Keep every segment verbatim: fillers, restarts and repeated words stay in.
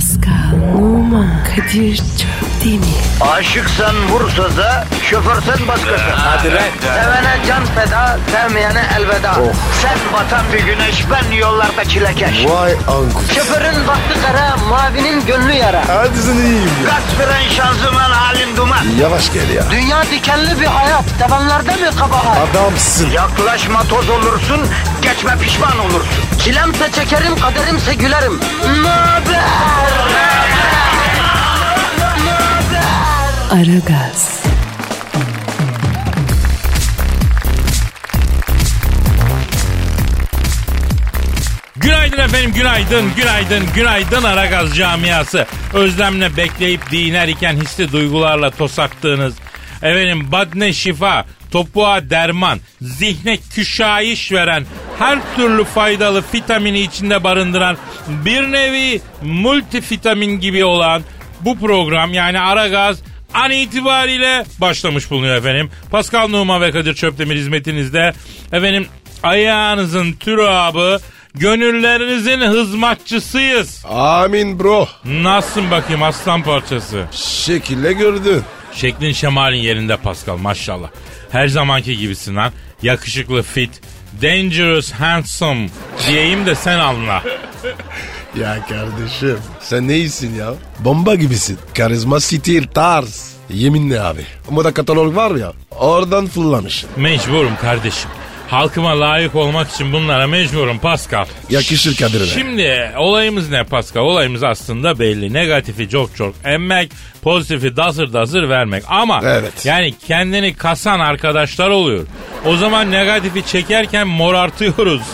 Pascal, Oman, Kadir çok değil mi? Aşıksan vursa da, şoförsen başkasın. Hadi lan. Sevene can feda, sevmeyene elveda. Oh. Sen batan bir güneş, ben yollarda çilekeş. Vay anku. Şoförün baktı kara, mavinin gönlü yara. Hadi sen iyiyim ya. Kasperen şanzıman halin duman. Yavaş gel ya. Dünya dikenli bir hayat, sevenlerde mi kabahar? Adamsın. Yaklaşma toz olursun, geçme pişman olursun. Çilemse çekerim, kaderimse gülerim. Möber! Aragaz. Günaydın efendim, günaydın, günaydın, günaydın Aragaz camiası. Özlemle bekleyip diner iken hisli duygularla tosaktığınız, efendim badne şifa, topuğa derman, zihne küşayiş veren, her türlü faydalı vitamini içinde barındıran, bir nevi multivitamin gibi olan bu program yani Aragaz an itibariyle başlamış bulunuyor efendim. Pascal Numa ve Kadir Çöptemir hizmetinizde. Efendim ayağınızın türabı, gönüllerinizin hizmetçisiyiz. Amin bro. Nasılsın bakayım aslan parçası? Şekille gördün. Şeklin şemalin yerinde Pascal maşallah. Her zamanki gibisin lan. Yakışıklı, fit, dangerous, handsome diyeyim de sen anla. Ya kardeşim sen ne iyisin ya? Bomba gibisin. Karizma, stil, tarz. Yeminle abi. Moda katalog var ya oradan fırlamış. Mecburum kardeşim. Halkıma layık olmak için bunlara mecburum Pascal. Yakışır Kadir'e. Şimdi olayımız ne Pascal? Olayımız aslında belli. Negatifi çok çok emmek, pozitifi dasır dasır vermek. Ama evet. Yani kendini kasan arkadaşlar oluyor. O zaman negatifi çekerken morartıyoruz.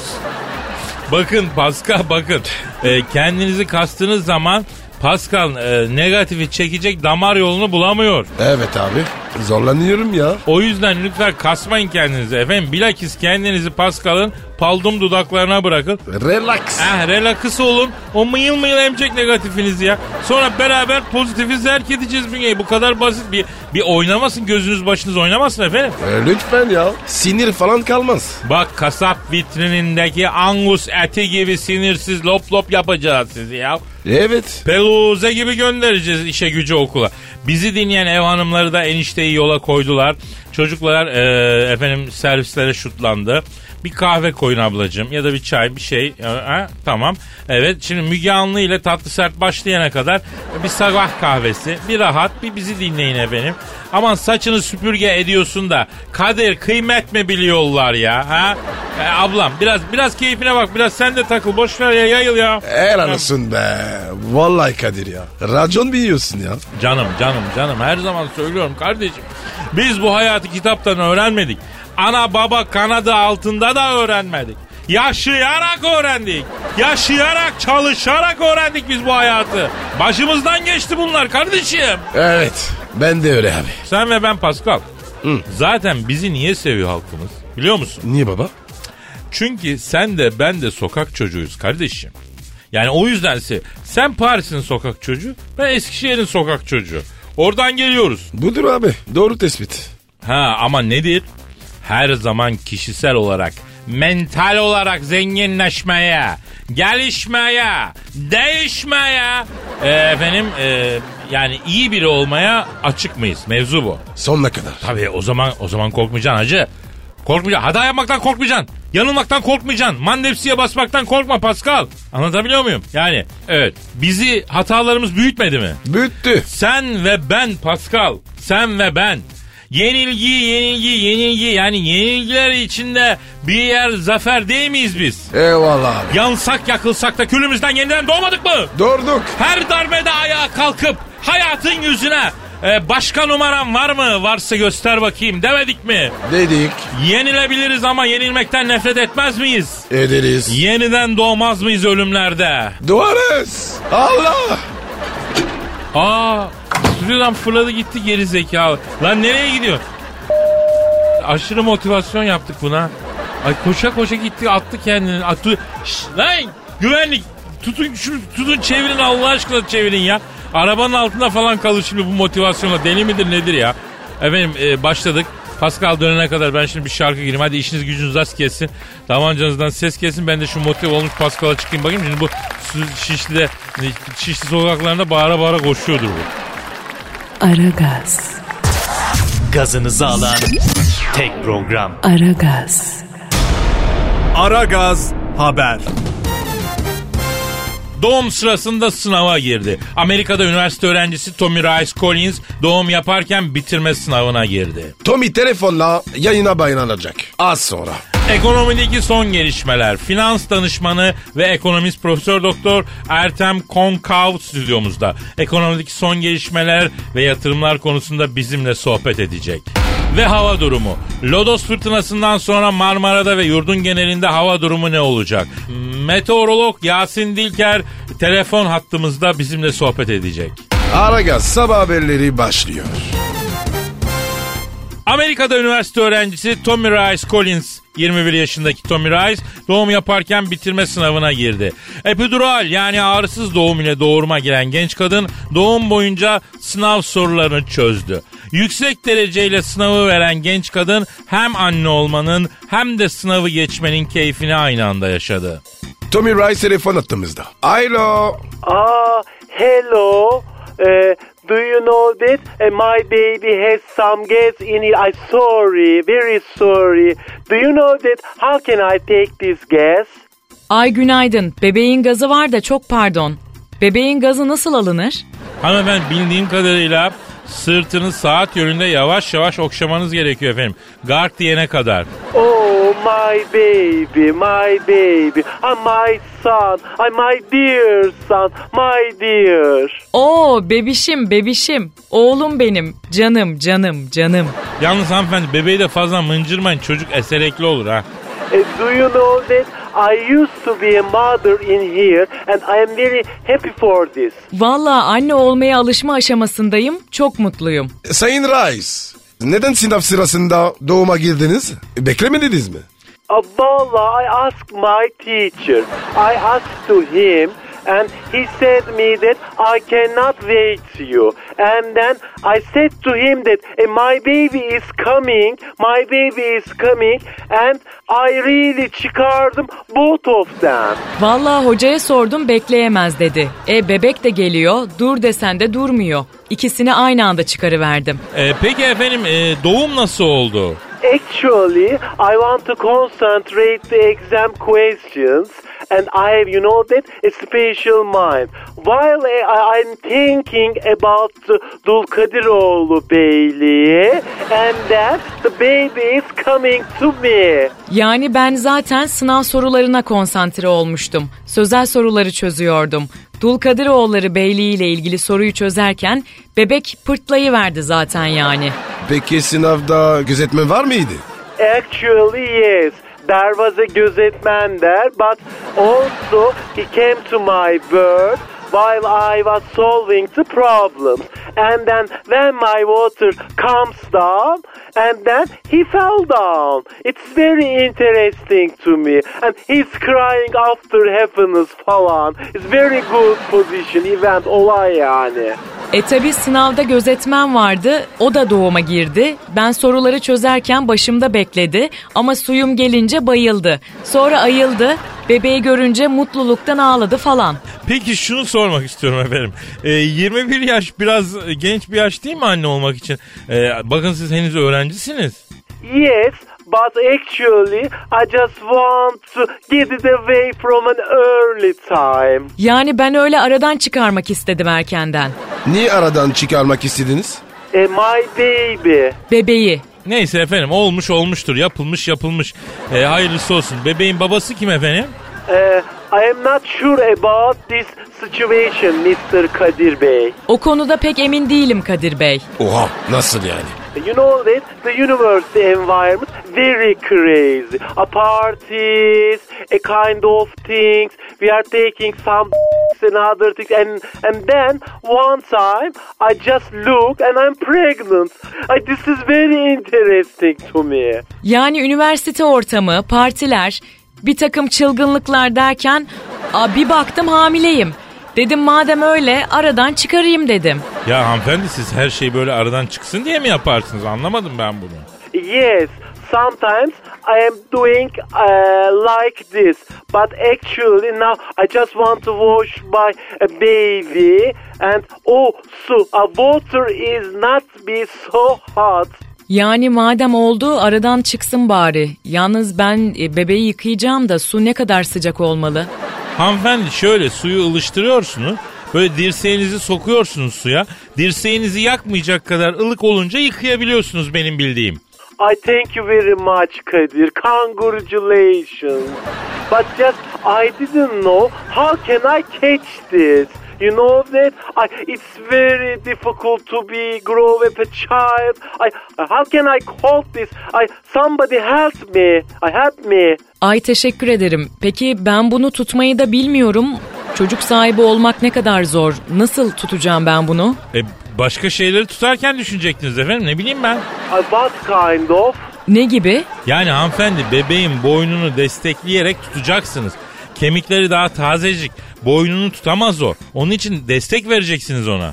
Bakın Pascal bakın. E, kendinizi kastığınız zaman Pascal e, negatifi çekecek damar yolunu bulamıyor. Evet abi. Zorlanıyorum ya. O yüzden lütfen kasmayın kendinizi efendim. Bilakis kendinizi Pascal'ın paldum dudaklarına bırakın. Relax. Eh, relax olun. O mıyıl mıyıl emecek negatifinizi ya. Sonra beraber pozitifi zerk edeceğiz bünyeyi. Bu kadar basit. Bir, bir oynamasın, gözünüz başınız oynamasın efendim. E, lütfen ya. Sinir falan kalmaz. Bak kasap vitrinindeki Angus eti gibi sinirsiz lop lop yapacağız sizi ya. Evet. Peluze gibi göndereceğiz işe gücü okula. Bizi dinleyen ev hanımları da enişteyi yola koydular. Çocuklar e, efendim servislere şutlandı. Bir kahve koyun ablacığım ya da bir çay bir şey. Ha, tamam. Evet şimdi Müge Anlı ile Tatlı Sert başlayana kadar bir sabah kahvesi, bir rahat, bir bizi dinleyin efendim. Aman saçını süpürge ediyorsun da kadir kıymet mi biliyorlar ya? Ha? E, ablam biraz biraz keyfine bak, biraz sen de takıl, boş ver ya, yayıl ya. Helal olsun be. Vallahi Kadir ya. Racon biliyorsun ya. Canım canım canım her zaman söylüyorum kardeşim. Biz bu hayatı kitaptan öğrenmedik. Ana baba kanadı altında da öğrenmedik. Yaşayarak öğrendik. Yaşayarak, çalışarak öğrendik biz bu hayatı. Başımızdan geçti bunlar kardeşim. Evet. Ben de öyle abi. Sen ve ben Pascal. Hı. Zaten bizi niye seviyor halkımız? Biliyor musun? Niye baba? Çünkü sen de ben de sokak çocuğuyuz kardeşim. Yani o yüzdense sen Paris'in sokak çocuğu, ben Eskişehir'in sokak çocuğu. Oradan geliyoruz. Budur abi. Doğru tespit. Ha ama nedir? Her zaman kişisel olarak, mental olarak zenginleşmeye, gelişmeye, değişmeye, e, efendim e, yani iyi biri olmaya açık mıyız? Mevzu bu. Sonuna kadar. Tabii o zaman o zaman korkmayacaksın hacı. Korkmayacaksın. Hata yapmaktan korkmayacaksın. Yanılmaktan korkmayacaksın. Mandepsiye basmaktan korkma Pascal. Anlatabiliyor muyum? Yani evet. Bizi hatalarımız büyütmedi mi? Büyüttü. Sen ve ben Pascal. Sen ve ben. Yenilgi, yenilgi, yenilgi. Yani yenilgiler içinde bir yer zafer değil miyiz biz? Eyvallah abi. Yansak yakılsak da külümüzden yeniden doğmadık mı? Doğduk. Her darbede ayağa kalkıp hayatın yüzüne e, başka numaran var mı? Varsa göster bakayım demedik mi? Dedik. Yenilebiliriz ama yenilmekten nefret etmez miyiz? Ederiz. Yeniden doğmaz mıyız ölümlerde? Doğarız. Allah. Aa, stüdyodan fırladı gitti geri zekalı. Lan nereye gidiyor? Aşırı motivasyon yaptık buna. Ay koşa koşa gitti attı kendini. Attı. Şşş, lan güvenlik. Tutun şu tutun çevirin Allah aşkına çevirin ya. Arabanın altında falan kalır şimdi bu motivasyonla. Deli midir nedir ya? Efendim e, başladık. Pascal dönene kadar ben şimdi bir şarkı gireyim. Hadi işiniz gücünüz az kessin. Tabancanızdan ses kesin. Ben de şu motive olmuş Pascal'a çıkayım bakayım. Şimdi bu Şişli'de, Şişli sokaklarında bağıra bağıra koşuyordur bu. Aragaz. Gazınızı alan tek program. Aragaz. Aragaz Haber. Doğum sırasında sınava girdi. Amerika'da üniversite öğrencisi Tommy Rice Collins doğum yaparken bitirme sınavına girdi. Tommy telefonla yayına bağlanacak. Az sonra. Ekonomideki son gelişmeler. Finans danışmanı ve ekonomist Profesör Doktor Ertem Konkav stüdyomuzda. Ekonomideki son gelişmeler ve yatırımlar konusunda bizimle sohbet edecek. Ve hava durumu. Lodos fırtınasından sonra Marmara'da ve yurdun genelinde hava durumu ne olacak? Meteorolog Yasin Dilker telefon hattımızda bizimle sohbet edecek. Aragaz sabah haberleri başlıyor. Amerika'da üniversite öğrencisi Tommy Rice Collins, yirmi bir yaşındaki Tommy Rice doğum yaparken bitirme sınavına girdi. Epidural yani ağrısız doğum ile doğurma giren genç kadın doğum boyunca sınav sorularını çözdü. Yüksek dereceyle sınavı veren genç kadın hem anne olmanın hem de sınavı geçmenin keyfini aynı anda yaşadı. Tommy Rice telefon hattımızda. Alo. Ah, hello. Uh, do you know that uh, my baby has some gas in it? I'm sorry, very sorry. Do you know that? How can I take this gas? Ay günaydın. Bebeğin gazı var da çok pardon. Bebeğin gazı nasıl alınır? Hanımefendi bildiğim kadarıyla sırtını saat yönünde yavaş yavaş okşamanız gerekiyor efendim. Gark diyene kadar. Oh, my baby, my baby. Ah, my son, ah, my dear son, my dear. Oo bebişim bebişim. Oğlum benim. Canım canım canım. Yalnız hanımefendi bebeği de fazla mıncırmayın. Çocuk eserekli olur ha. Uh, do you know that I used to be a mother in here and I am very happy for this. Vallahi anne olmaya alışma aşamasındayım. Çok mutluyum. Sayın Rice, neden sınav sırasında doğuma girdiniz? Beklemediniz mi? Uh, Vallahi I asked my teacher. I asked to him and he said me that I cannot wait you. And then I said to him that eh, my baby is coming, my baby is coming and I really çıkardım both of them. Vallahi hocaya sordum bekleyemez dedi. E bebek de geliyor, dur desen de durmuyor. İkisini aynı anda çıkarıverdim. Ee, peki efendim e, doğum nasıl oldu? Actually, I want to concentrate the exam questions and I have, you know that, a special mind. While I, I'm thinking about the Dulkadiroğlu Beyliği and then the baby is coming to me. Yani ben zaten sınav sorularına konsantre olmuştum. Sözel soruları çözüyordum. Dulkadiroğulları Beyliği ile ilgili soruyu çözerken bebek pırtlayıverdi zaten yani. Peki sınavda gözetmen var mıydı? Actually, yes. There was a gözetmen there, but also he came to my work while I was solving the problems. And then when my water comes down, and then he fell down. It's very interesting to me. And he's crying after happiness falan. It's very good position, event, olay yani. E tabi sınavda gözetmen vardı, o da doğuma girdi. Ben soruları çözerken başımda bekledi ama suyum gelince bayıldı. Sonra ayıldı, bebeği görünce mutluluktan ağladı falan. Peki şunu sormak istiyorum efendim. E, yirmi bir yaş biraz genç bir yaş değil mi anne olmak için? E, bakın siz henüz öğrencisiniz. Yes. But actually, I just want to get it away from an early time. Yani ben öyle aradan çıkarmak istedim erkenden. Niye aradan çıkarmak istediniz? E, my baby. Bebeği. Neyse efendim olmuş olmuştur, yapılmış yapılmış. E, hayırlısı olsun. Bebeğin babası kim efendim? E, I am not sure about this situation, mister Kadir Bey. O konuda pek emin değilim Kadir Bey. Oha, nasıl yani? You know that the university environment very crazy. A parties, a kind of things. We are taking some and other things, and and then one time I just look and I'm pregnant. I, this is very interesting to me. Yani üniversite ortamı, partiler, bir takım çılgınlıklar derken a, bir baktım hamileyim. Dedim madem öyle aradan çıkarayım dedim. Ya hanımefendi siz her şey böyle aradan çıksın diye mi yaparsınız? Anlamadım ben bunu. Yes, sometimes I am doing uh, like this. But actually now I just want to wash my uh, baby. And oh, so uh, water is not be so hot. Yani madem oldu aradan çıksın bari. Yalnız ben e, bebeği yıkayacağım da su ne kadar sıcak olmalı? Hanımefendi şöyle suyu ılıştırıyorsunuz. Böyle dirseğinizi sokuyorsunuz suya. Dirseğinizi yakmayacak kadar ılık olunca yıkayabiliyorsunuz benim bildiğim. I thank you very much, Kadir. Congratulations. But just I didn't know how can I catch this? You know that I, it's very difficult to be grow up a child. I, how can I call this? I, somebody help me. I help me. Ay teşekkür ederim. Peki ben bunu tutmayı da bilmiyorum. Çocuk sahibi olmak ne kadar zor. Nasıl tutacağım ben bunu? E, başka şeyleri tutarken düşünecektiniz efendim. Ne bileyim ben. Uh, what kind of? Ne gibi? Yani hanımefendi bebeğin boynunu destekleyerek tutacaksınız. Kemikleri daha tazecik. Boynunu tutamaz o. Onun için destek vereceksiniz ona.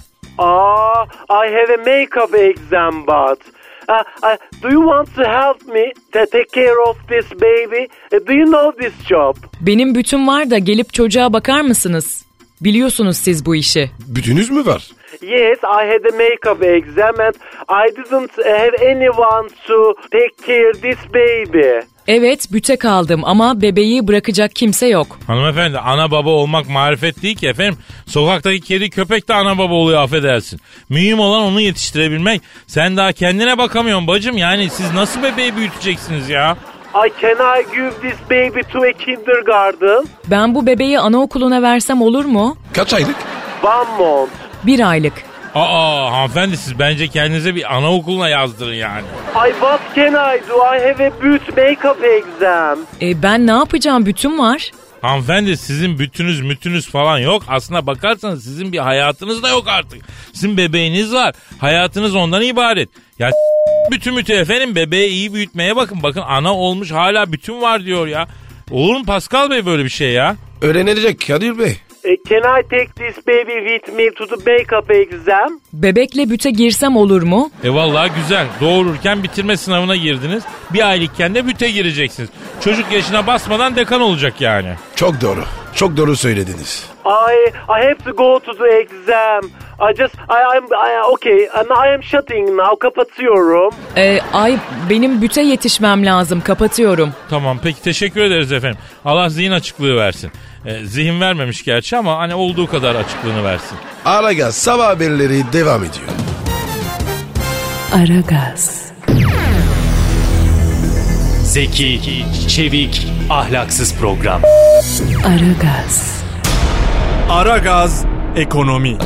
Ah, I have a makeup exam, but uh, uh, do you want to help me to take care of this baby? Uh, do you know this job? Benim bütüm var da gelip çocuğa bakar mısınız? Biliyorsunuz siz bu işi. Bütünüz mü var? Yes, I had a makeup exam and I didn't have anyone to take care this baby. Evet, büte kaldım ama bebeği bırakacak kimse yok. Hanımefendi ana baba olmak marifet değil ki efendim. Sokaktaki kedi köpek de ana baba oluyor affedersin. Mühim olan onu yetiştirebilmek. Sen daha kendine bakamıyorsun bacım. Yani siz nasıl bebeği büyüteceksiniz ya? I can I give this baby to a kindergarten? Ben bu bebeği anaokuluna versem olur mu? Kaç aylık? One month. Bir aylık. Aa hanımefendi siz bence kendinize bir anaokuluna yazdırın yani. I what can I do? I have a boot makeup exam. E, ben ne yapacağım? Bütüm var. Hanımefendi sizin bütünüz mütünüz falan yok. Aslına bakarsanız sizin bir hayatınız da yok artık. Sizin bebeğiniz var. Hayatınız ondan ibaret. Ya bütün mütü efendim bebeği iyi büyütmeye bakın. Bakın ana olmuş hala bütün var diyor ya. Olur mu Pascal Bey böyle bir şey ya? Öğrenilecek Kadir Bey. Can I take this baby with me to the makeup exam? Bebekle büte girsem olur mu? E vallahi güzel. Doğururken bitirme sınavına girdiniz. Bir aylıkken de büte gireceksiniz. Çocuk yaşına basmadan dekan olacak yani. Çok doğru. Çok doğru söylediniz. I I have to go to the exam. I just I I'm I, okay. And I am shutting now. Kapatıyorum. E, ay benim büte yetişmem lazım. Kapatıyorum. Tamam peki teşekkür ederiz efendim. Allah zihin açıklığı versin. E, zihin vermemiş gerçi ama hani olduğu kadar açıklığını versin. Aragaz sabah haberleri devam ediyor. Aragaz. Zeki, çevik, ahlaksız program. Aragaz. Aragaz Ekonomi.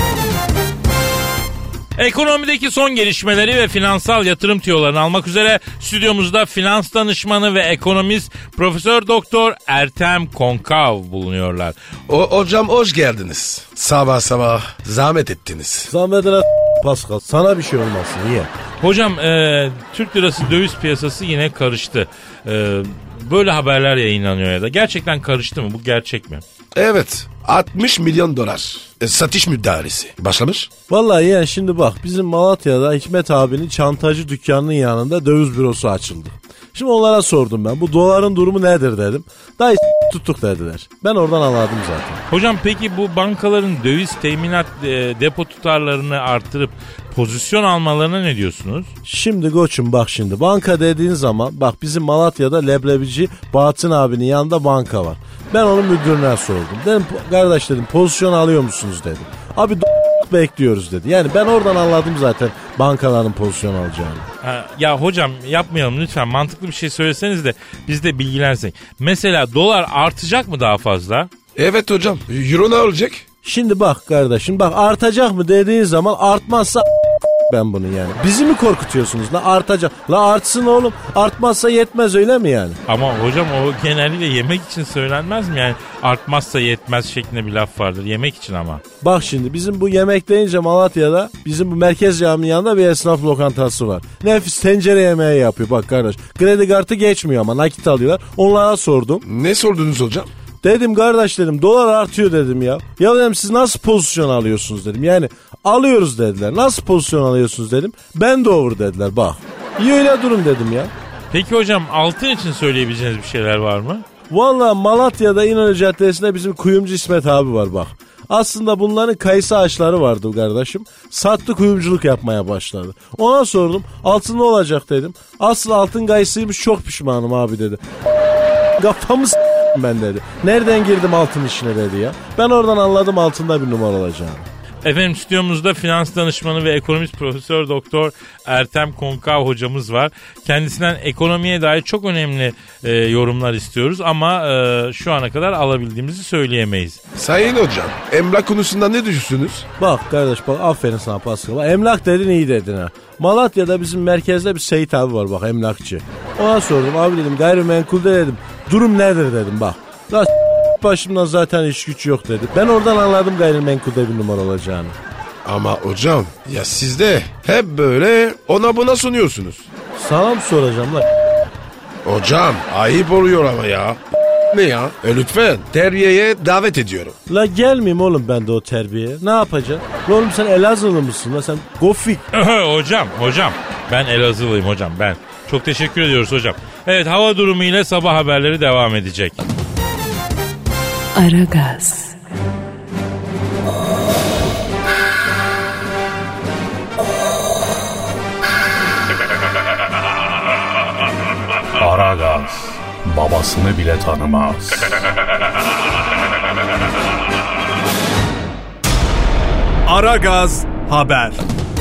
Ekonomideki son gelişmeleri ve finansal yatırım tüyolarını almak üzere stüdyomuzda finans danışmanı ve ekonomist Profesör Doktor Ertem Konkav bulunuyorlar. O, hocam hoş geldiniz. Sabah sabah zahmet ettiniz. Zahmetine Pascal sana bir şey olmasın niye? Hocam e, Türk lirası döviz piyasası yine karıştı. E, böyle haberler yayınlanıyor ya da. Gerçekten karıştı mı? Bu gerçek mi? Evet. altmış milyon dolar. E, satış müdahalesi. Başlamış. Vallahi yani şimdi bak bizim Malatya'da Hikmet abinin çantacı dükkanının yanında döviz bürosu açıldı. Şimdi onlara sordum ben bu doların durumu nedir dedim. Daha tuttuk dediler. Ben oradan anladım zaten. Hocam peki bu bankaların döviz teminat e, depo tutarlarını artırıp pozisyon almalarına ne diyorsunuz? Şimdi koçum bak şimdi banka dediğin zaman bak bizim Malatya'da leblebici Bahattin abinin yanında banka var. Ben onun müdürüne sordum. Dedim kardeş dedim pozisyon alıyor musunuz dedim. Abi d- bekliyoruz dedi. Yani ben oradan anladım zaten bankaların pozisyon alacağını. Ha, ya hocam yapmayalım lütfen mantıklı bir şey söyleseniz de biz de bilgilensek. Mesela dolar artacak mı daha fazla? Evet hocam. Euro ne olacak? Şimdi bak kardeşim bak artacak mı dediğin zaman artmazsa ben bunu yani. Bizi mi korkutuyorsunuz la artacak? La artsın oğlum artmazsa yetmez öyle mi yani? Ama hocam o genellikle yemek için söylenmez mi yani artmazsa yetmez şeklinde bir laf vardır yemek için ama. Bak şimdi bizim bu yemek deyince Malatya'da bizim bu merkez caminin yanında bir esnaf lokantası var. Nefis tencere yemeği yapıyor bak kardeş. Kredi kartı geçmiyor ama nakit alıyorlar. Onlara sordum. Ne sordunuz hocam? Dedim kardeş dedim dolar artıyor dedim ya. Ya dedim siz nasıl pozisyon alıyorsunuz dedim. Yani alıyoruz dediler. Nasıl pozisyon alıyorsunuz dedim. Ben de over dediler bak. İyi öyle durun dedim ya. Peki hocam altın için söyleyebileceğiniz bir şeyler var mı? Valla Malatya'da İnönü Caddesi'nde bizim kuyumcu İsmet abi var bak. Aslında bunların kayısı ağaçları vardı kardeşim. Sattı, kuyumculuk yapmaya başladı. Ona sordum, altın ne olacak dedim. Asıl altın kayısıymış, çok pişmanım abi dedi. Kafamı s*** ben dedi. Nereden girdim altın işine dedi ya. Ben oradan anladım altında bir numara olacağını. Efendim stüdyomuzda finans danışmanı ve ekonomist Profesör Doktor Ertem Konkav hocamız var. Kendisinden ekonomiye dair çok önemli e, yorumlar istiyoruz ama e, şu ana kadar alabildiğimizi söyleyemeyiz. Sayın hocam, emlak konusunda ne düşünüyorsunuz? Bak kardeş bak, aferin sana Pascal. Bak, emlak dedin iyi dedin ha. Malatya'da bizim merkezde bir Seyit abi var bak, emlakçı. Ona sordum abi dedim, gayrimenkulde dedim, durum nedir dedim bak. La başımdan zaten iş güç yok dedi. Ben oradan anladım gayrimenkulde bir numara olacağını. Ama hocam ya siz de hep böyle ona buna sunuyorsunuz. Sana mı soracağım lan? Hocam ayıp oluyor ama ya. Ne ya? E lütfen terbiyeye davet ediyorum. La gelmeyeyim oğlum ben de o terbiyeye. Ne yapacaksın? La oğlum sen Elazığlı mısın la, sen gofik. hocam hocam ben Elazığlıyım hocam ben. Çok teşekkür ediyoruz hocam. Evet, hava durumu ile sabah haberleri devam edecek. Aragaz. Aragaz babasını bile tanımaz. Aragaz haber.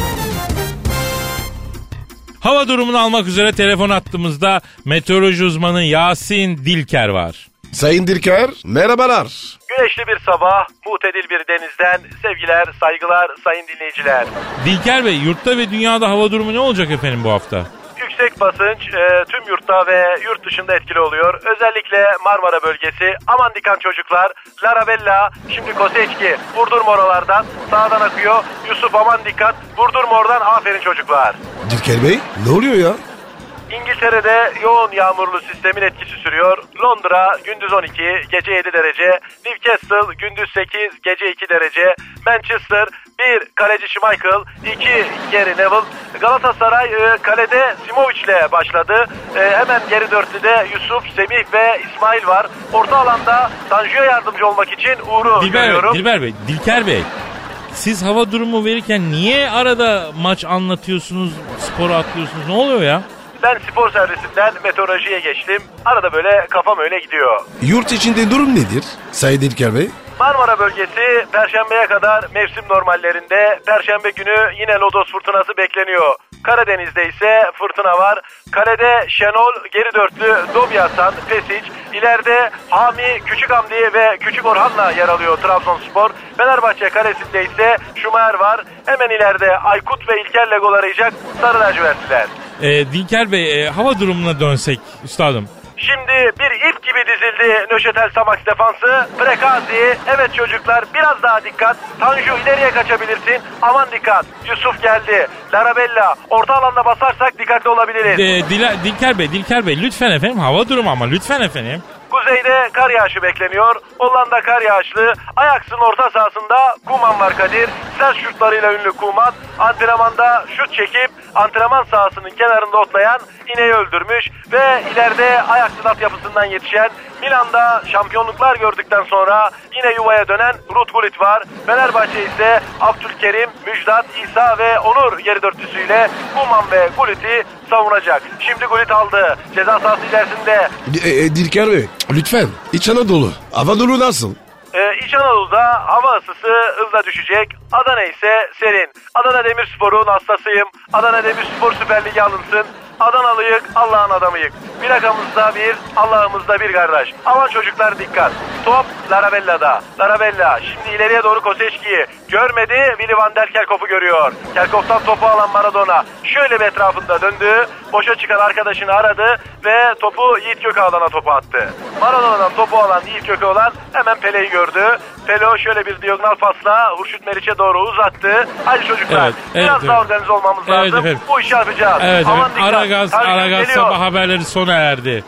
Hava durumunu almak üzere telefon attığımızda meteoroloji uzmanı Yasin Dilker var. Sayın Dilker, merhabalar. Güneşli bir sabah, muhtedil bir denizden sevgiler, saygılar sayın dinleyiciler. Dilker Bey, yurtta ve dünyada hava durumu ne olacak efendim bu hafta? Yüksek basınç e, tüm yurtta ve yurt dışında etkili oluyor. Özellikle Marmara bölgesi. Aman dikkat çocuklar. Larabella, şimdi Koseçki. Vurdurma oralardan. Sağdan akıyor. Yusuf aman dikkat. Vurdurma oradan. Aferin çocuklar. Dilker Bey, ne oluyor ya? İngiltere'de yoğun yağmurlu sistemin etkisi sürüyor. Londra gündüz on iki, gece yedi derece. Newcastle gündüz sekiz, gece iki derece. Manchester bir, kaleci Schmeichel, iki, Gary Neville. Galatasaray e, kalede Simovic başladı. E, hemen geri dörtlüde Yusuf, Semih ve İsmail var. Orta alanda Tanju'ya yardımcı olmak için Uğur'u Dilber görüyorum. Bey, Dilber Bey, Dilker Bey. Siz hava durumu verirken niye arada maç anlatıyorsunuz, sporu atlıyorsunuz? Ne oluyor ya? Ben spor servisinden meteorolojiye geçtim. Arada böyle kafam öyle gidiyor. Yurt içinde durum nedir Sayın Dilker Bey? Marmara bölgesi Perşembe'ye kadar mevsim normallerinde. Perşembe günü yine lodos fırtınası bekleniyor. Karadeniz'de ise fırtına var. Kalede Şenol, geri dörtlü Dobyasan, Pesic. İleride Hami, Küçük Hamdi ve Küçük Orhan'la yer alıyor Trabzonspor. Fenerbahçe kalesinde ise Şumer var. Hemen ileride Aykut ve İlker'le gol arayacak Sarı lacivertliler. Ee, Dilker Bey, e, hava durumuna dönsek üstadım. Şimdi bir ip gibi dizildi Nöşetel Samax defansı. Prekazi, evet çocuklar biraz daha dikkat. Tanju ileriye kaçabilirsin. Aman dikkat. Yusuf geldi. Larabella, orta alanda basarsak dikkatli olabiliriz. De, Dila, Dilker Bey, Dilker Bey lütfen efendim, hava durumu ama lütfen efendim. Kuzeyde kar yağışı bekleniyor. Hollanda kar yağışlı. Ajax'ın orta sahasında Koeman var Kadir. Sert şutlarıyla ünlü Koeman. Antrenmanda şut çekip antrenman sahasının kenarında otlayan ineği öldürmüş. Ve ileride Ajax'ın altyapısından yetişen, Milan'da şampiyonluklar gördükten sonra yine yuvaya dönen Ruud Gullit var. Fenerbahçe ise Abdülkerim, Müjdat, İsa ve Onur geri dörtlüsüyle Koeman ve Gullit'i savunacak. Şimdi Gullit aldı. Ceza sahası ilerisinde. E, e, Dilker Bey, lütfen. İç Anadolu. Hava durumu nasıl? Ee, İç Anadolu'da hava ısısı hızla düşecek. Adana ise serin. Adana Demirspor'un hastasıyım. Adana Demirspor Süper Lig'e alınsın. Adanalıyık, Allah'ın adamıyık. Plakamızda bir, Allah'ımızda bir kardeş. Aman çocuklar dikkat. Top Larabella'da. Larabella şimdi ileriye doğru Koseçki'yi görmedi. Willy van der Kerkhoff'u görüyor. Kerkhoff'tan topu alan Maradona şöyle bir etrafında döndü. Boşa çıkan arkadaşını aradı ve topu Yiğit Gökağalan'a topu attı. Maradona'dan topu alan Yiğit Gökağalan hemen Pele'yi gördü. Pele şöyle bir diagonal pasla Hurşit Meriç'e doğru uzattı. Hadi çocuklar Evet, evet, biraz evet. daha organize olmamız Evet, lazım. efendim. Bu işi yapacağız. Evet Aman efendim, dikkat. Aragaz, Tanju Aragaz geliyor. sabah haberleri sona erdi.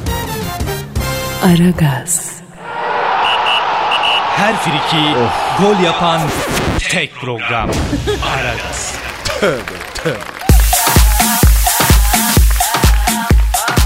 Aragaz. Her friki gol yapan tek program. Aragaz. Tövbe tövbe.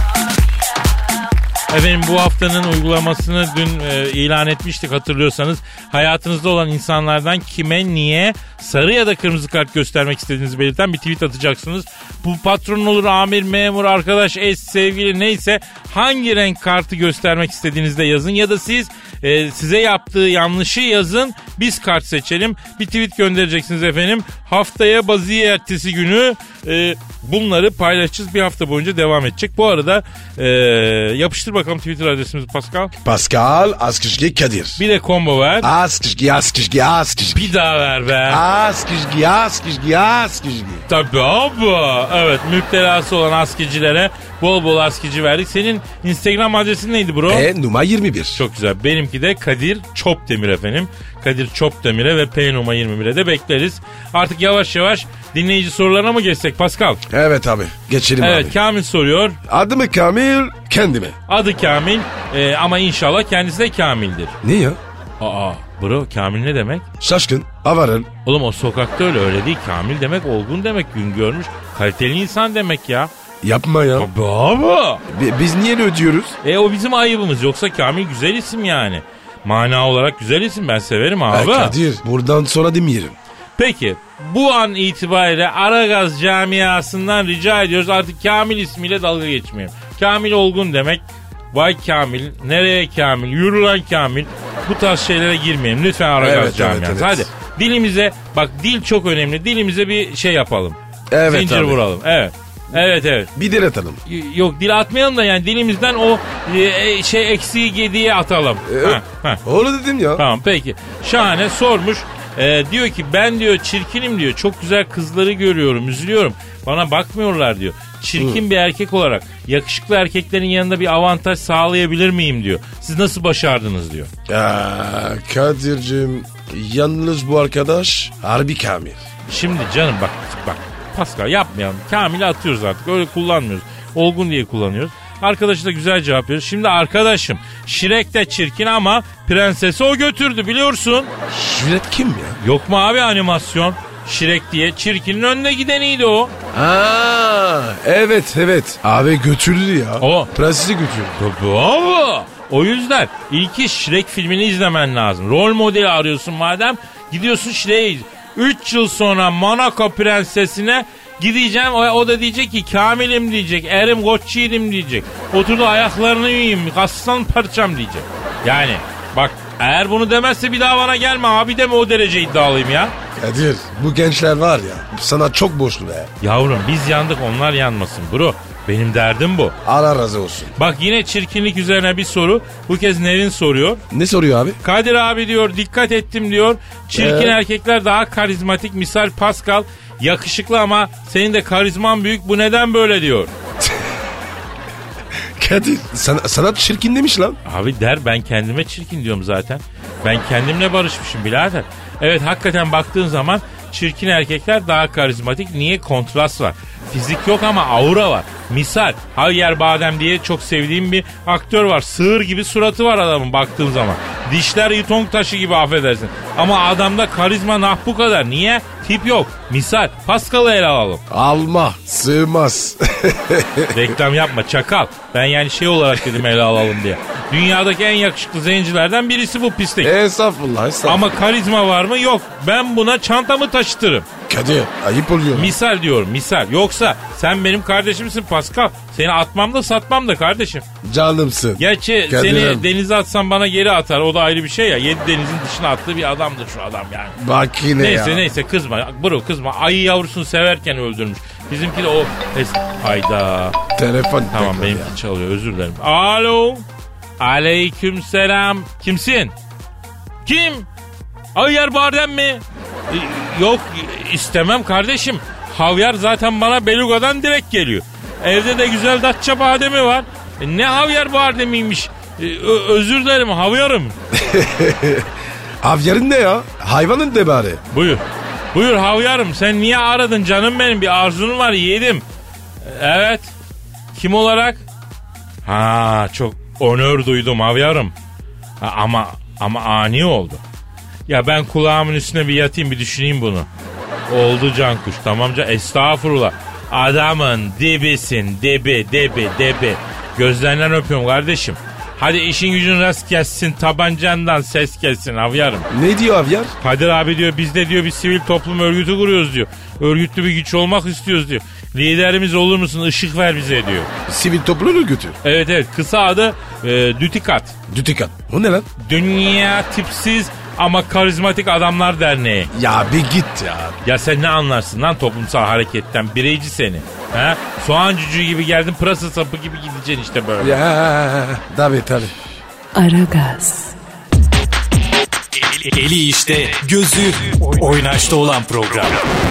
Efendim bu haftanın uygulamasını dün e, ilan etmiştik hatırlıyorsanız. Hayatınızda olan insanlardan kime, niye sarı ya da kırmızı kart göstermek istediğinizi belirten bir tweet atacaksınız. Bu patron olur, amir, memur, arkadaş, eş, sevgili neyse hangi renk kartı göstermek istediğinizde yazın. Ya da siz e, size yaptığı yanlışı yazın, biz kart seçelim. Bir tweet göndereceksiniz efendim. Haftaya baziye ertesi günü e, bunları paylaşacağız. Bir hafta boyunca devam edecek. Bu arada e, yapıştır bakalım Twitter adresimizi Pascal. Pascal Askışki Kadir. Bir de combo ver. Askışki Askışki Askışki. Bir daha ver be. Askışki Askışki Askışki. Tabii abi. Evet, müptelası olan askicilere bol bol askici verdik. Senin Instagram adresin neydi bro? E numara yirmi bir. Çok güzel. Benimki de Kadir Çopdemir efendim. Kadir Çopdemir'e ve P numara yirmi bire de bekleriz. Artık yavaş yavaş dinleyici sorularına mı geçsek Pascal? Evet abi. Geçelim evet, abi. Kamil soruyor. Adı mı Kamil, kendi mi? Adı Kamil e, ama inşallah kendisi de Kamil'dir. Ne ya? Aa bro, Kamil ne demek? Şaşkın, avarel. Oğlum o sokakta öyle öyle değil. Kamil demek olgun demek, gün görmüş, kaliteli insan demek ya. Yapma ya. Abi abi. Bi- Biz niye ödüyoruz? E o bizim ayıbımız, yoksa Kamil güzel isim yani. Mana olarak güzel isim, ben severim abi. Ay Kadir, buradan sonra demeyelim. Peki bu an itibariyle Aragaz camiasından rica ediyoruz artık Kamil ismiyle dalga geçmeyelim. Kamil olgun demek. Vay Kamil, nereye Kamil, yürü lan Kamil. Bu tarz şeylere girmeyelim lütfen Aragaz evet, camiası. Evet, evet. Hadi dilimize, bak dil çok önemli, dilimize bir şey yapalım. Evet Zincir abi. vuralım. Evet. Evet evet. Bir dil atalım. Y- Yok dil atmayalım da yani dilimizden o e, şey eksiği gediği atalım. Ee, ha, ha. Öyle dedim ya. Tamam peki. Şahane sormuş. Ee, diyor ki ben diyor çirkinim diyor. Çok güzel kızları görüyorum, üzülüyorum. Bana bakmıyorlar diyor. Çirkin Hı. bir erkek olarak yakışıklı erkeklerin yanında bir avantaj sağlayabilir miyim diyor. Siz nasıl başardınız diyor. Ya Kadir'cim, yalnız bu arkadaş harbi Kamil. Şimdi canım bak bak Pascal yapmayalım. Kamil'i atıyoruz artık, öyle kullanmıyoruz. Olgun diye kullanıyoruz. Arkadaşı da güzel cevap veriyor. Şimdi arkadaşım Şirek de çirkin ama prensesi o götürdü biliyorsun. Şirek kim ya? Yok mu abi animasyon? Şirek diye çirkinin önüne gideniydi o. Aa, evet evet. Abi götürdü ya. O. Prensesi götürdü. Tabii abi. O yüzden ilk iş Şirek filmini izlemen lazım. Rol modeli arıyorsun madem, gidiyorsun Şirek'i. Üç yıl sonra Monaco prensesine gideceğim, o, o da diyecek ki Kamil'im diyecek, erim koç yiğidim diyecek. Oturdu ayaklarını yiyeyim, kaslan parçam diyecek. Yani bak eğer bunu demezse bir daha bana gelme abi deme, o derece iddialıyım ya. Kadir, bu gençler var ya sana çok borçlu be. Yavrum biz yandık, onlar yanmasın bro. Benim derdim bu. Allah razı olsun. Bak yine çirkinlik üzerine bir soru. Bu kez Nevin soruyor. Ne soruyor abi? Kadir abi diyor dikkat ettim diyor. Çirkin ee? erkekler daha karizmatik. Misal Pascal yakışıklı ama senin de karizman büyük. Bu neden böyle diyor. Kadir sana, sana çirkin demiş lan. Abi der, ben kendime çirkin diyorum zaten. Ben kendimle barışmışım birader. Evet hakikaten baktığın zaman çirkin erkekler daha karizmatik. Niye? Kontrast var. Fizik yok ama aura var. Misal Javier Bardem diye çok sevdiğim bir aktör var. Sığır gibi suratı var adamın baktığım zaman. Dişler yutong taşı gibi, affedersin. Ama adamda karizma nah bu kadar. Niye? Tip yok. Misal Pascal'ı ele alalım. Alma. Sığmaz. Reklam yapma çakal. Ben yani şey olarak dedim ele alalım diye. Dünyadaki en yakışıklı zencilerden birisi bu pislik. Estağfurullah, estağfurullah. Ama karizma var mı? Yok. Ben buna çantamı taşıtırım. Kadir ayıp oluyor. Misal diyorum misal. Yoksa sen benim kardeşimsin Pascal. Seni atmam da satmam da kardeşim. Canımsın. Gerçi Kadir'im. Seni denize atsam bana geri atar. O da ayrı bir şey ya. Yedi denizin dışına attığı bir adamdır şu adam yani. Bak yine neyse, ya. Neyse kızma. Bro kızma. Ayı yavrusunu severken öldürmüş. Bizimki de o... Hayda. Telefon. Tamam benimki ya. Çalıyor, özür dilerim. Alo. Aleyküm selam. Kimsin? Kim? Javier Bardem mi? E, yok istemem kardeşim. Javier zaten bana Beluga'dan direkt geliyor. Evde de güzel Datça bademi var. E, ne Javier Bardem'iymiş. E, ö- özür dilerim Javier'im. Javier'in ne ya? Hayvanın de bari. Buyur. Buyur Javier'im, sen niye aradın canım benim? Bir arzun var yedim. Evet. Kim olarak? Ha çok onur duydum Javier'im. Ha, ama ama ani oldu. Ya ben kulağımın üstüne bir yatayım, bir düşüneyim bunu. Oldu Cankuş, tamamca estağfurullah. Adamın dibisin, dibi, dibi, dibi. Gözlerinden öpüyorum kardeşim. Hadi işin gücün rast gelsin, tabancandan ses gelsin avyarım. Ne diyor avyar? Kadir abi diyor biz de diyor bir sivil toplum örgütü kuruyoruz diyor. Örgütlü bir güç olmak istiyoruz diyor. Liderimiz olur musun, ışık ver bize diyor. Sivil toplum örgütü. Evet evet, kısa adı e, Dütikat. Dütikat. O ne lan? Dünya tipsiz ama karizmatik adamlar derneği. Ya bir git ya. Ya sen ne anlarsın lan toplumsal hareketten, bireyci seni. Ha? Soğan cücüğü gibi geldin, pırasa sapı gibi gideceksin işte böyle. Ya tabii tabii. Aragaz. Eli, eli işte, gözü oynaşta olan program.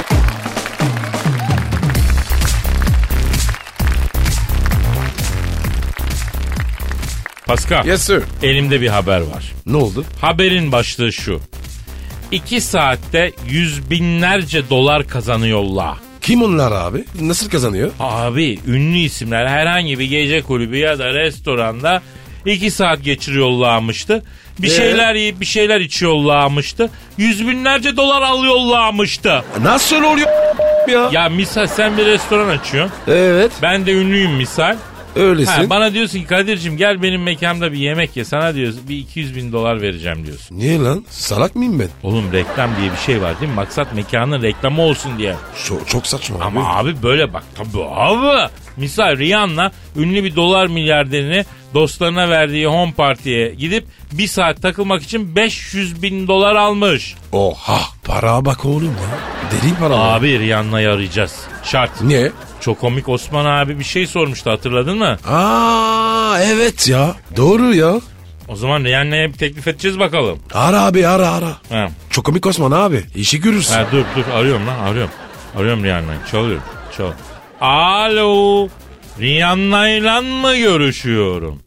Pascal, Yes sir. elimde bir haber var. Ne oldu? Haberin başlığı şu. İki saatte yüz binlerce dolar kazanıyorlar. Kim onlar abi? Nasıl kazanıyor? Abi ünlü isimler herhangi bir gece kulübü ya da restoranda iki saat geçiriyorlarmıştı. Bir Ee? şeyler yiyip bir şeyler içiyorlarmıştı. Yüz binlerce dolar alıyorlarmıştı. Nasıl oluyor ya? Ya misal sen bir restoran açıyorsun. Evet. Ben de ünlüyüm misal. Öylesin. Ha, bana diyorsun ki Kadir'cim gel benim mekanımda bir yemek ye. Sana diyorsun bir iki yüz bin dolar vereceğim diyorsun. Niye lan? Salak mıyım ben? Oğlum reklam diye bir şey var değil mi? Maksat mekanın reklamı olsun diye. Çok, çok saçma abi. Ama abi böyle bak tabii abi. Misal Rihanna ünlü bir dolar milyarderini dostlarına verdiği home party'ye gidip bir saat takılmak için beş yüz bin dolar almış. Oha. Para bak oğlum ya. Deli para. Abi Rihanna'yı arayacağız. Şart. Niye? Çok komik Osman abi bir şey sormuştu, hatırladın mı? Aa evet ya. Doğru ya. O zaman Rihanna'ya bir teklif edeceğiz bakalım. Ara abi ara ara. Ha. Çok komik Osman abi. İşi görürsün. Ha, dur dur arıyorum lan arıyorum. Arıyorum Rihanna'yı, çalıyorum. Çal. Alo. Rihanna'yla mı görüşüyorum?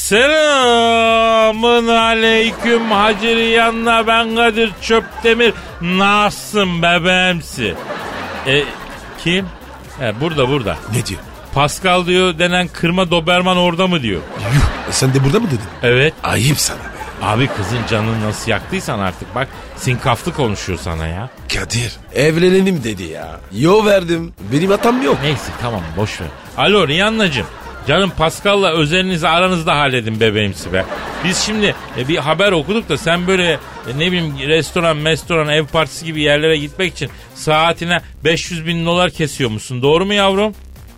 Selamın aleyküm Hacı Rihanna, ben Kadir Çöptemir. Nasılsın bebeğimsi? E, kim? He, burada burada. Ne diyor? Pascal diyor denen kırma Doberman orada mı diyor. Yuh. Sen de burada mı dedin? Evet. Ayıp sana be. Abi kızın canını nasıl yaktıysan artık bak sinkaflı konuşuyor sana ya. Kadir evlenelim dedi ya. Yo verdim. Benim hatam yok. Neyse tamam boş ver. Alo Rihanna'cığım. Canım Pascal'la özelinizi aranızda halledin bebeğimsi be. Biz şimdi e, bir haber okuduk da sen böyle e, ne bileyim restoran, mestoran, ev partisi gibi yerlere gitmek için saatine beş yüz bin dolar kesiyor musun? Doğru mu yavrum?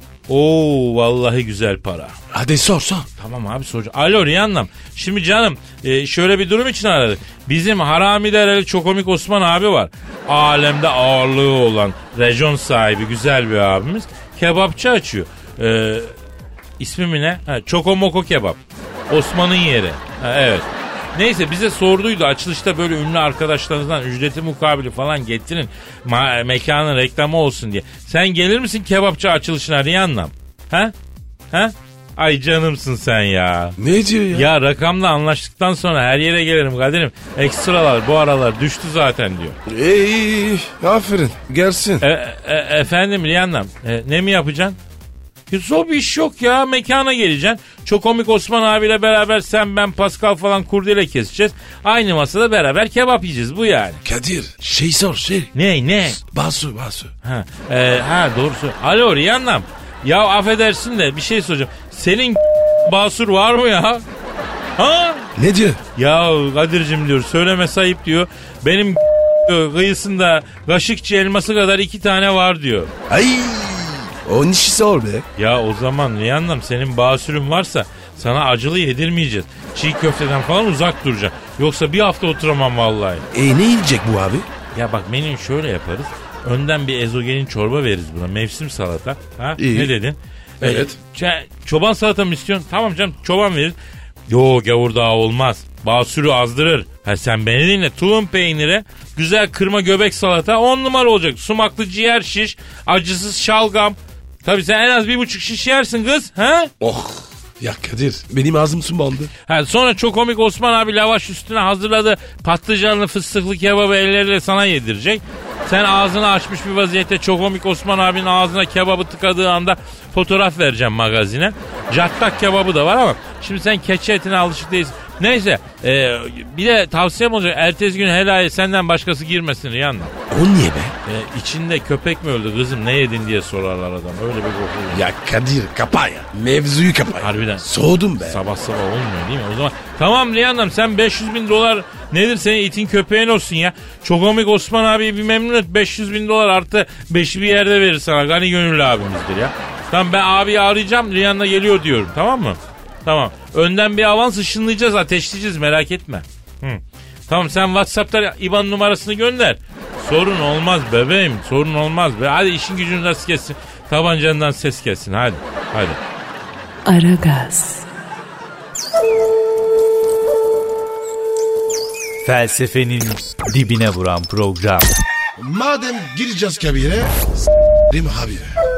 Oo vallahi güzel para. Hadi sor sor. Tamam abi soracağım. Alo Rihanna'm. Şimdi canım e, şöyle bir durum için aradık. Bizim Harami Dereli Çokomik Osman abi var. Alemde ağırlığı olan rejon sahibi güzel bir abimiz. Kebapçı açıyor. Eee... İsmi mi ne? Ha, Çokomoko kebap. Osman'ın yeri. Ha, evet. Neyse bize sorduydu açılışta böyle ünlü arkadaşlarınızdan ücreti mukabili falan getirin. Ma- mekanın reklamı olsun diye. Sen gelir misin kebapçı açılışına Rihanna'm? Ha? Ha? Ay canımsın sen ya. Ne diyor ya? Ya rakamla anlaştıktan sonra her yere gelirim Kadir'im. Ekstralar bu aralar düştü zaten diyor. İyi iyi iyi. Aferin. Gelsin. E, e, efendim Rihanna'm e, ne mi yapacaksın? Zor bir iş yok ya, mekana geleceksin. Çok komik Osman abiyle beraber sen ben Pascal falan kurdele keseceğiz. Aynı masada beraber kebap yiyeceğiz, bu yani. Kadir şey sor şey. Ne ne? Basu basu. Ha, e, ha doğrusu. Alo Rihanna'm. Ya affedersin de bir şey soracağım. Senin basur var mı ya? Ha? Ne diyor? Ya Kadir'cim diyor söyleme sayıp diyor. Benim kıyısında Kaşıkçı elması kadar iki tane var diyor. Ay. O işi sor be. Ya o zaman Rihanna'm senin basürün varsa sana acılı yedirmeyeceğiz. Çiğ köfteden falan uzak duracaksın. Yoksa bir hafta oturamam vallahi. E ne yiyecek bu abi? Ya bak menüyü şöyle yaparız. Önden bir ezogelin çorba veririz buna. Mevsim salata. Ha? İyi. Ne dedin? Evet. Ee, ç- çoban salata mı istiyorsun? Tamam canım çoban veririz. Yo gavurdağı olmaz. Basürü azdırır. Ha sen beni dinle. Tulum peyniri, güzel kırma göbek salata on numara olacak. Sumaklı ciğer şiş, acısız şalgam. Tabii sen en az bir buçuk şiş yersin kız. Ha? Oh. Ya Kadir benim ağzım sulandı. Ha, sonra çok komik Osman abi lavaş üstüne hazırladı patlıcanlı fıstıklı kebabı elleriyle sana yedirecek. Sen ağzını açmış bir vaziyette çok komik Osman abinin ağzına kebabı tıkadığı anda fotoğraf vereceğim magazine. Cattak kebabı da var ama şimdi sen keçi etine alışık değilsin. Neyse e, bir de tavsiyem olacak. Ertesi gün helaya senden başkası girmesin Rihanna. O niye be? E, içinde köpek mi öldü kızım ne yedin diye sorarlar adam. Öyle bir kokuyor. Ya Kadir kapa ya. Mevzuyu kapa ya. Harbiden. Soğudum be. Sabah sabah olmuyor değil mi? O zaman tamam Rihanna'm sen beş yüz bin dolar nedir senin itin köpeğin olsun ya. Çok komik Osman abi bir memnun et. beş yüz bin dolar artı beşi bir yerde verir sana. Gani gönüllü abimizdir ya. Tamam ben abiyi arayacağım. Rihanna geliyor diyorum tamam mı? Tamam. Önden bir avans ışınlayacağız ateşleyeceğiz merak etme. Hı. Tamam sen WhatsApp'ta İ B A N numarasını gönder. Sorun olmaz bebeğim sorun olmaz. Be. Hadi işin gücün rast gelsin. Tabancandan ses gelsin hadi. Hadi. Aragaz. Felsefenin dibine vuran program. Madem gireceğiz kabire s***rim abi.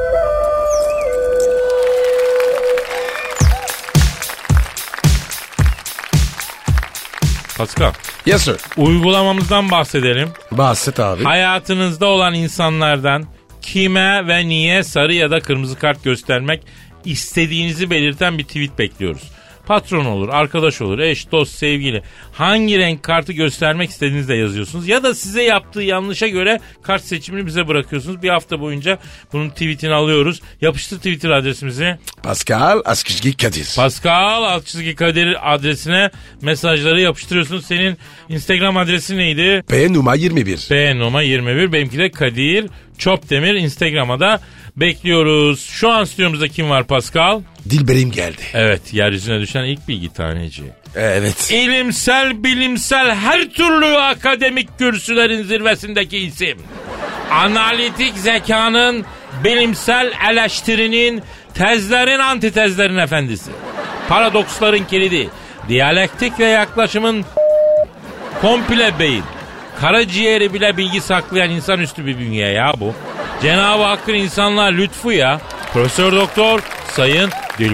Pascal. Yes sir. Uygulamamızdan bahsedelim. Bahset abi. Hayatınızda olan insanlardan kime ve niye sarı ya da kırmızı kart göstermek istediğinizi belirten bir tweet bekliyoruz. Patron olur, arkadaş olur, eş, dost, sevgili. Hangi renk kartı göstermek istediğinizde yazıyorsunuz. Ya da size yaptığı yanlışa göre kart seçimini bize bırakıyorsunuz. Bir hafta boyunca bunun tweetini alıyoruz. Yapıştır Twitter adresimizi. Pascal Askizgi Kadir. Pascal Askizgi Kadir adresine mesajları yapıştırıyorsunuz. Senin Instagram adresi neydi? P numara yirmi bir. P numara yirmi bir. Benimki de Kadir Çopdemir. Instagram'a da bekliyoruz. Şu an stüdyomuzda kim var Pascal? Dilberim geldi. Evet, yeryüzüne düşen ilk bilgi taneci. Evet. İlimsel, bilimsel her türlü akademik kürsülerin zirvesindeki isim. Analitik zekanın, bilimsel eleştirinin, tezlerin antitezlerin efendisi. Paradoksların kilidi, diyalektik ve yaklaşımın komple beyin. Karaciğeri bile bilgi saklayan insanüstü bir bünye ya bu. Cenab-ı Hakk'ın insanlığa lütfu ya. Profesör Doktor Sayın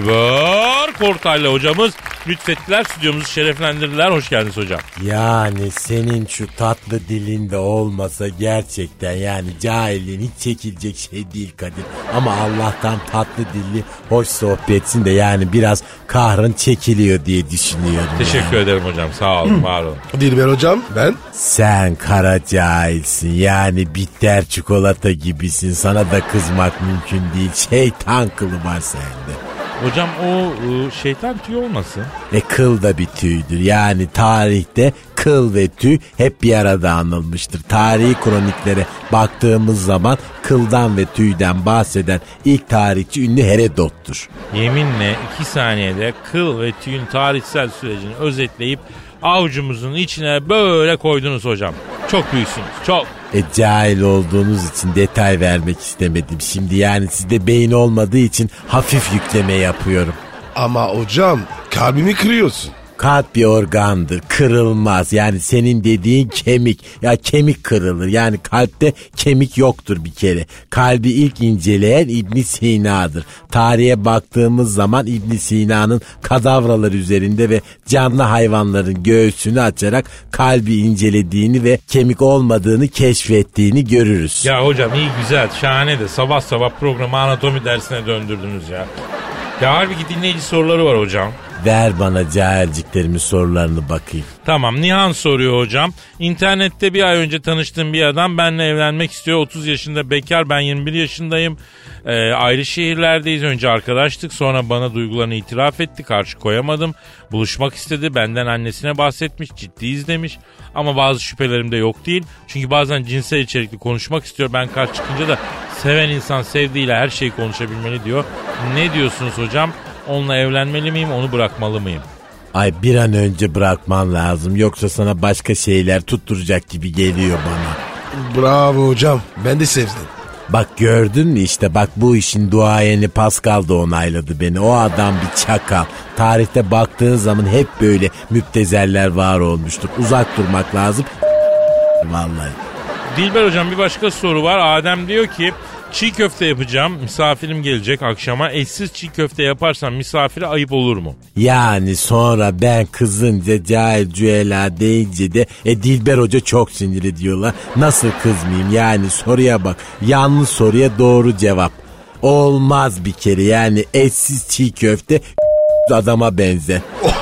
Dilber Kortaylı hocamız lütfettiler, stüdyomuzu şereflendirdiler. Hoş geldiniz hocam. Yani senin şu tatlı dilinde olmasa gerçekten yani cahilliğin hiç çekilecek şey değil Kadir. Ama Allah'tan tatlı dilli hoş sohbetsin de yani biraz kahrın çekiliyor diye düşünüyorum. Teşekkür yani. ederim hocam, sağ olun, var olun. Dilber hocam ben. Sen kara cahilsin yani bitter çikolata gibisin, sana da kızmak mümkün değil, şeytan kılı var sende. Hocam o ıı, şeytan tüy olmasın? Ve kıl da bir tüydür. Yani tarihte kıl ve tüy hep bir arada anılmıştır. Tarihi kroniklere baktığımız zaman kıldan ve tüyden bahseden ilk tarihçi ünlü Herodot'tur. Yeminle iki saniyede kıl ve tüyün tarihsel sürecini özetleyip avucumuzun içine böyle koydunuz hocam. Çok büyüksünüz, çok. E cahil olduğunuz için detay vermek istemedim. Şimdi yani sizde beyin olmadığı için hafif yükleme yapıyorum. Ama hocam kalbimi kırıyorsun. Kalp bir organdır, kırılmaz. Yani senin dediğin kemik. Ya kemik kırılır. Yani kalpte kemik yoktur bir kere. Kalbi ilk inceleyen İbn Sina'dır. Tarihe baktığımız zaman İbn Sina'nın kadavralar üzerinde ve canlı hayvanların göğsünü açarak kalbi incelediğini ve kemik olmadığını keşfettiğini görürüz. Ya hocam iyi güzel, şahane de sabah sabah programı anatomi dersine döndürdünüz ya. Ya halbuki dinleyici soruları var hocam. Ver bana cahilciklerimin sorularını bakayım. Tamam, Nihan soruyor hocam. İnternette bir ay önce tanıştığım bir adam benimle evlenmek istiyor. otuz yaşında bekar, ben yirmi bir yaşındayım. Ee, ayrı şehirlerdeyiz. Önce arkadaştık, sonra bana duygularını itiraf etti. Karşı koyamadım. Buluşmak istedi. Benden annesine bahsetmiş. Ciddiyiz demiş. Ama bazı şüphelerim de yok değil. Çünkü bazen cinsel içerikli konuşmak istiyor. Ben karşı çıkınca da seven insan sevdiğiyle her şeyi konuşabilmeli diyor. Ne diyorsunuz hocam? Onunla evlenmeli miyim, onu bırakmalı mıyım? Ay bir an önce bırakman lazım. Yoksa sana başka şeyler tutturacak gibi geliyor bana. Bravo hocam, ben de sevdim. Bak gördün mü işte, bak bu işin duayeni Pascal da onayladı beni. O adam bir çakal. Tarihte baktığın zaman hep böyle müptezeller var olmuştur. Uzak durmak lazım. Vallahi. Dilber hocam bir başka soru var. Adem diyor ki çiğ köfte yapacağım. Misafirim gelecek akşama. Eşsiz çiğ köfte yaparsam misafire ayıp olur mu? Yani sonra ben kızınca cahil cüela deyince de e, Dilber Hoca çok sinir ediyorlar. Nasıl kızmayayım yani, soruya bak. Yanlış soruya doğru cevap. Olmaz bir kere yani, eşsiz çiğ köfte adama benzer.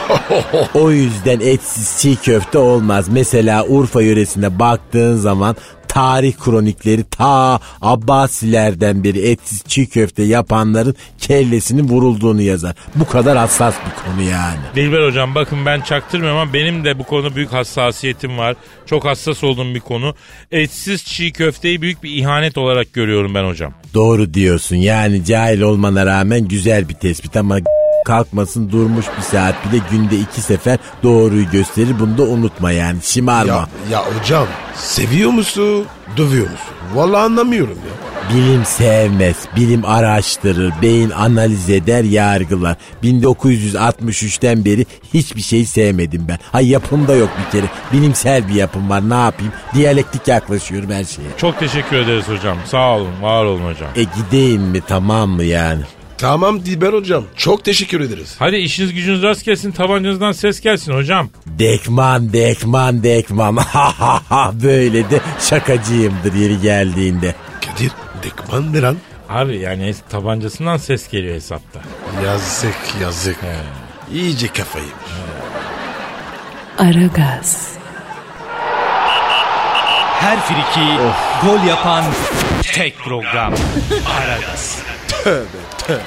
O yüzden etsiz çiğ köfte olmaz. Mesela Urfa yöresine baktığın zaman tarih kronikleri ta Abbasilerden beri etsiz çiğ köfte yapanların kellesinin vurulduğunu yazar. Bu kadar hassas bir konu yani. Dilber hocam bakın ben çaktırmıyorum ama benim de bu konuda büyük hassasiyetim var. Çok hassas olduğum bir konu. Etsiz çiğ köfteyi büyük bir ihanet olarak görüyorum ben hocam. Doğru diyorsun, yani cahil olmana rağmen güzel bir tespit ama kalkmasın durmuş bir saat bile günde iki sefer doğruyu gösterir, bunu da unutma yani, şımarma. Ya, ya hocam seviyor musun, dövüyor musun? Vallahi anlamıyorum ya. Bilim sevmez, bilim araştırır, beyin analiz eder, yargılar. bin dokuz yüz altmış üçten beri hiçbir şey sevmedim ben. Hay yapımda yok bir kere, bilimsel bir yapım var, ne yapayım? Diyalektik yaklaşıyorum her şeye. Çok teşekkür ederiz hocam, sağ olun, var olun hocam. E gideyim mi, tamam mı yani? Tamam Dilber hocam, çok teşekkür ederiz. Hadi işiniz gücünüz rast gelsin, tabancanızdan ses gelsin hocam. Dekman dekman dekman ha ha ha, böyle de şakacıyımdır yeri geldiğinde. Kadir, dekman ne lan? Abi yani tabancasından ses geliyor hesapta. Yazık yazık. He. İyice kafayı. Aragaz. Her friki of. Gol yapan tek program. Aragaz. Tövbe tövbe.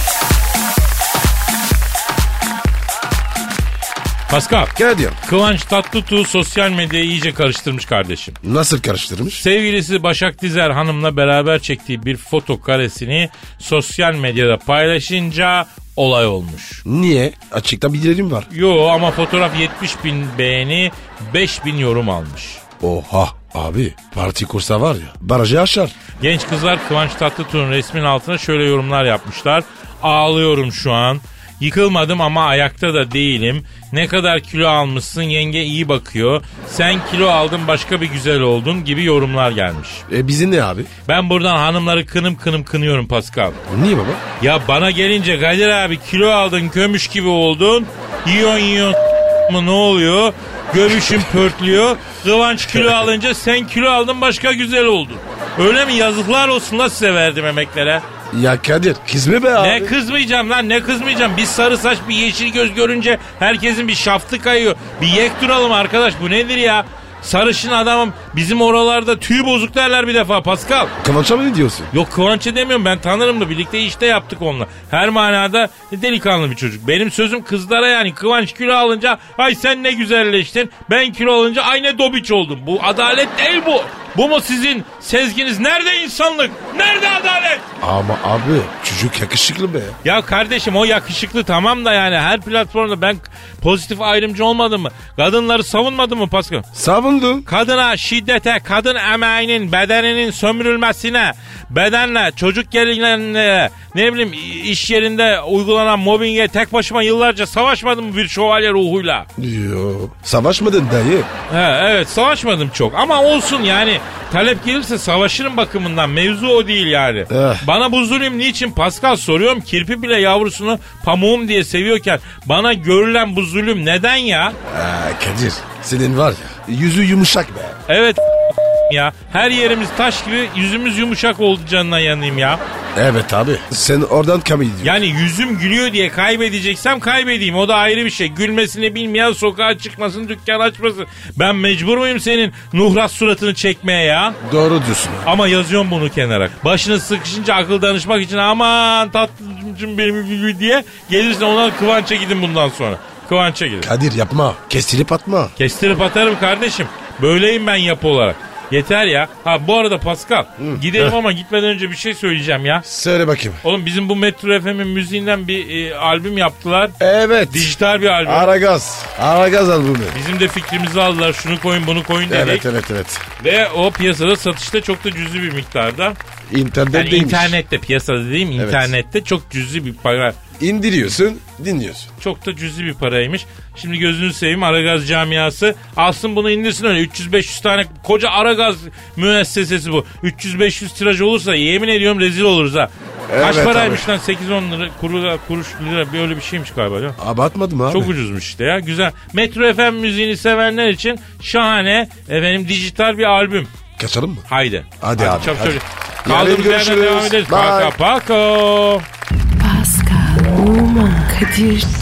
Pascal. Gel diyorum. Kıvanç Tatlıtuğ sosyal medyayı iyice karıştırmış kardeşim. Nasıl karıştırmış? Sevgilisi Başak Dizer Hanım'la beraber çektiği bir foto karesini sosyal medyada paylaşınca olay olmuş. Niye? Açıkta bildirim var. Yo ama fotoğraf yetmiş bin beğeni, beş bin yorum almış. Oha abi, parti kursa var ya, barajı aşar. Genç kızlar Kıvanç Tatlıtuğ'un resmin altına şöyle yorumlar yapmışlar. Ağlıyorum şu an. Yıkılmadım ama ayakta da değilim. Ne kadar kilo almışsın, yenge iyi bakıyor. Sen kilo aldın, başka bir güzel oldun gibi yorumlar gelmiş. E bizim ne abi? Ben buradan hanımları kınım kınım kınıyorum Pascal. Niye baba? Ya bana gelince Kadir abi kilo aldın, kömüş gibi oldun. Yiyorsun yiyorsun mı ne oluyor? Göbüşün pörtlüyor. Kıvanç kilo alınca sen kilo aldın, başka güzel oldun. Öyle mi? Yazıklar olsun la size verdim emeklere. Ya Kadir kızma be abi. Ne kızmayacağım lan, ne kızmayacağım. Bir sarı saç bir yeşil göz görünce herkesin bir şaftı kayıyor. Bir yek duralım arkadaş, bu nedir ya? Sarışın adamım, bizim oralarda tüy bozuk derler bir defa Pascal. Kıvanç'a mı ne diyorsun? Yok Kıvanç'ı demiyorum, ben tanırım da birlikte işte yaptık onunla. Her manada delikanlı bir çocuk. Benim sözüm kızlara yani. Kıvanç kilo alınca ay sen ne güzelleştin. Ben kilo alınca ay ne dobiç oldum. Bu adalet değil bu. Bu mu sizin sezginiz? Nerede insanlık? Nerede adalet? Ama abi çocuk yakışıklı be. Ya kardeşim o yakışıklı tamam da yani her platformda ben pozitif ayrımcı olmadım mı? Kadınları savunmadım mı Pascal? Savundun. Kadına şiddete, kadın emeğinin, bedeninin sömürülmesine, bedenle, çocuk gelinlerine, ne bileyim iş yerinde uygulanan mobbinge tek başıma yıllarca savaşmadım mı bir şövalye ruhuyla? Yo, savaşmadın dayı. He, evet savaşmadım çok ama olsun yani talep gelirse savaşırım bakımından, mevzu o değil yani. Eh. Bana bu zulüm niçin Pascal soruyorum, kirpi bile yavrusunu pamuğum diye seviyorken bana görülen bu zulüm neden ya? Aa, Kadir senin var ya yüzü yumuşak be. Evet ya, her yerimiz taş gibi, yüzümüz yumuşak oldu canına yanayım ya. Evet abi, sen oradan kaybediyorsun. Yani yüzüm gülüyor diye kaybedeceksem kaybedeyim, o da ayrı bir şey. Gülmesini bilmeyen sokağa çıkmasın, dükkan açmasın. Ben mecbur muyum senin Nuhras suratını çekmeye ya? Doğru diyorsun. Ama yazıyorum bunu kenara. Başınız sıkışınca akıl danışmak için aman tatlımcım benim diye gelirsin, ona Kıvanç'a gidin bundan sonra. Kıvanç'a gidin. Kadir yapma, kestirip atma. Kestirip atarım kardeşim. Böyleyim ben yapı olarak. Yeter ya. Ha bu arada Pascal, Hı. gidelim ama gitmeden önce bir şey söyleyeceğim ya. Söyle bakayım. Oğlum bizim bu Metro F M'in müziğinden bir e, albüm yaptılar. Evet. Dijital bir albüm. Aragaz. Aragaz albümü. Bizim de fikrimizi aldılar. Şunu koyun bunu koyun dedik. Evet evet evet. Ve o piyasada satışta çok da cüzi bir miktarda. İnternetteymiş. Yani internette, piyasada değil mi? Evet. İnternette çok cüzi bir para. İndiriyorsun, dinliyorsun. Çok da cüzi bir paraymış. Şimdi gözünü seveyim, Aragaz camiası alsın bunu, indirsin öyle. üç yüz beş yüz tane koca Aragaz müessesesi bu. üç yüz beş yüz tiraj olursa yemin ediyorum rezil oluruz ha. Kaç Evet, paraymış abi. lan? sekiz on lira, kuru, kuruş lira, böyle bir şeymiş galiba ya. Abartmadım abi. Çok ucuzmuş işte ya, güzel. Metro F M müziğini sevenler için şahane efendim dijital bir albüm. Kaçalım mı? Haydi. Hadi, hadi abi. Çabuk hadi. söyle. Kaldığımız yerden devam ederiz. Bye. Paka paka. Pascal, Oman, Kadir çok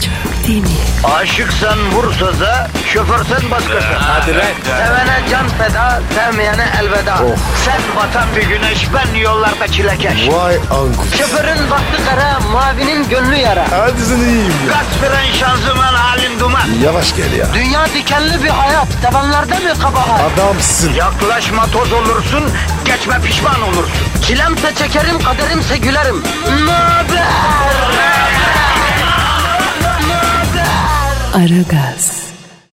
Özdemir. Aşıksan vursa da, şoförsen başkasın. Hadi lan. Sevene can feda, sevmeyene elveda. Sen batan bir güneş, ben yollarda çilekeş. Vay anku. Şoförün baktı kara, mavinin gönlü yara. Hadi sen iyiyim ya. Kasperen şanzıman halin duman. Yavaş gel ya. Dünya dikenli bir hayat, sevenlerde mi kabahar? Adamsın. Yaklaşma toz olursun, geçme pişman olursun. Çilemse çekerim, kaderimse gülerim. Möber! Aragaz.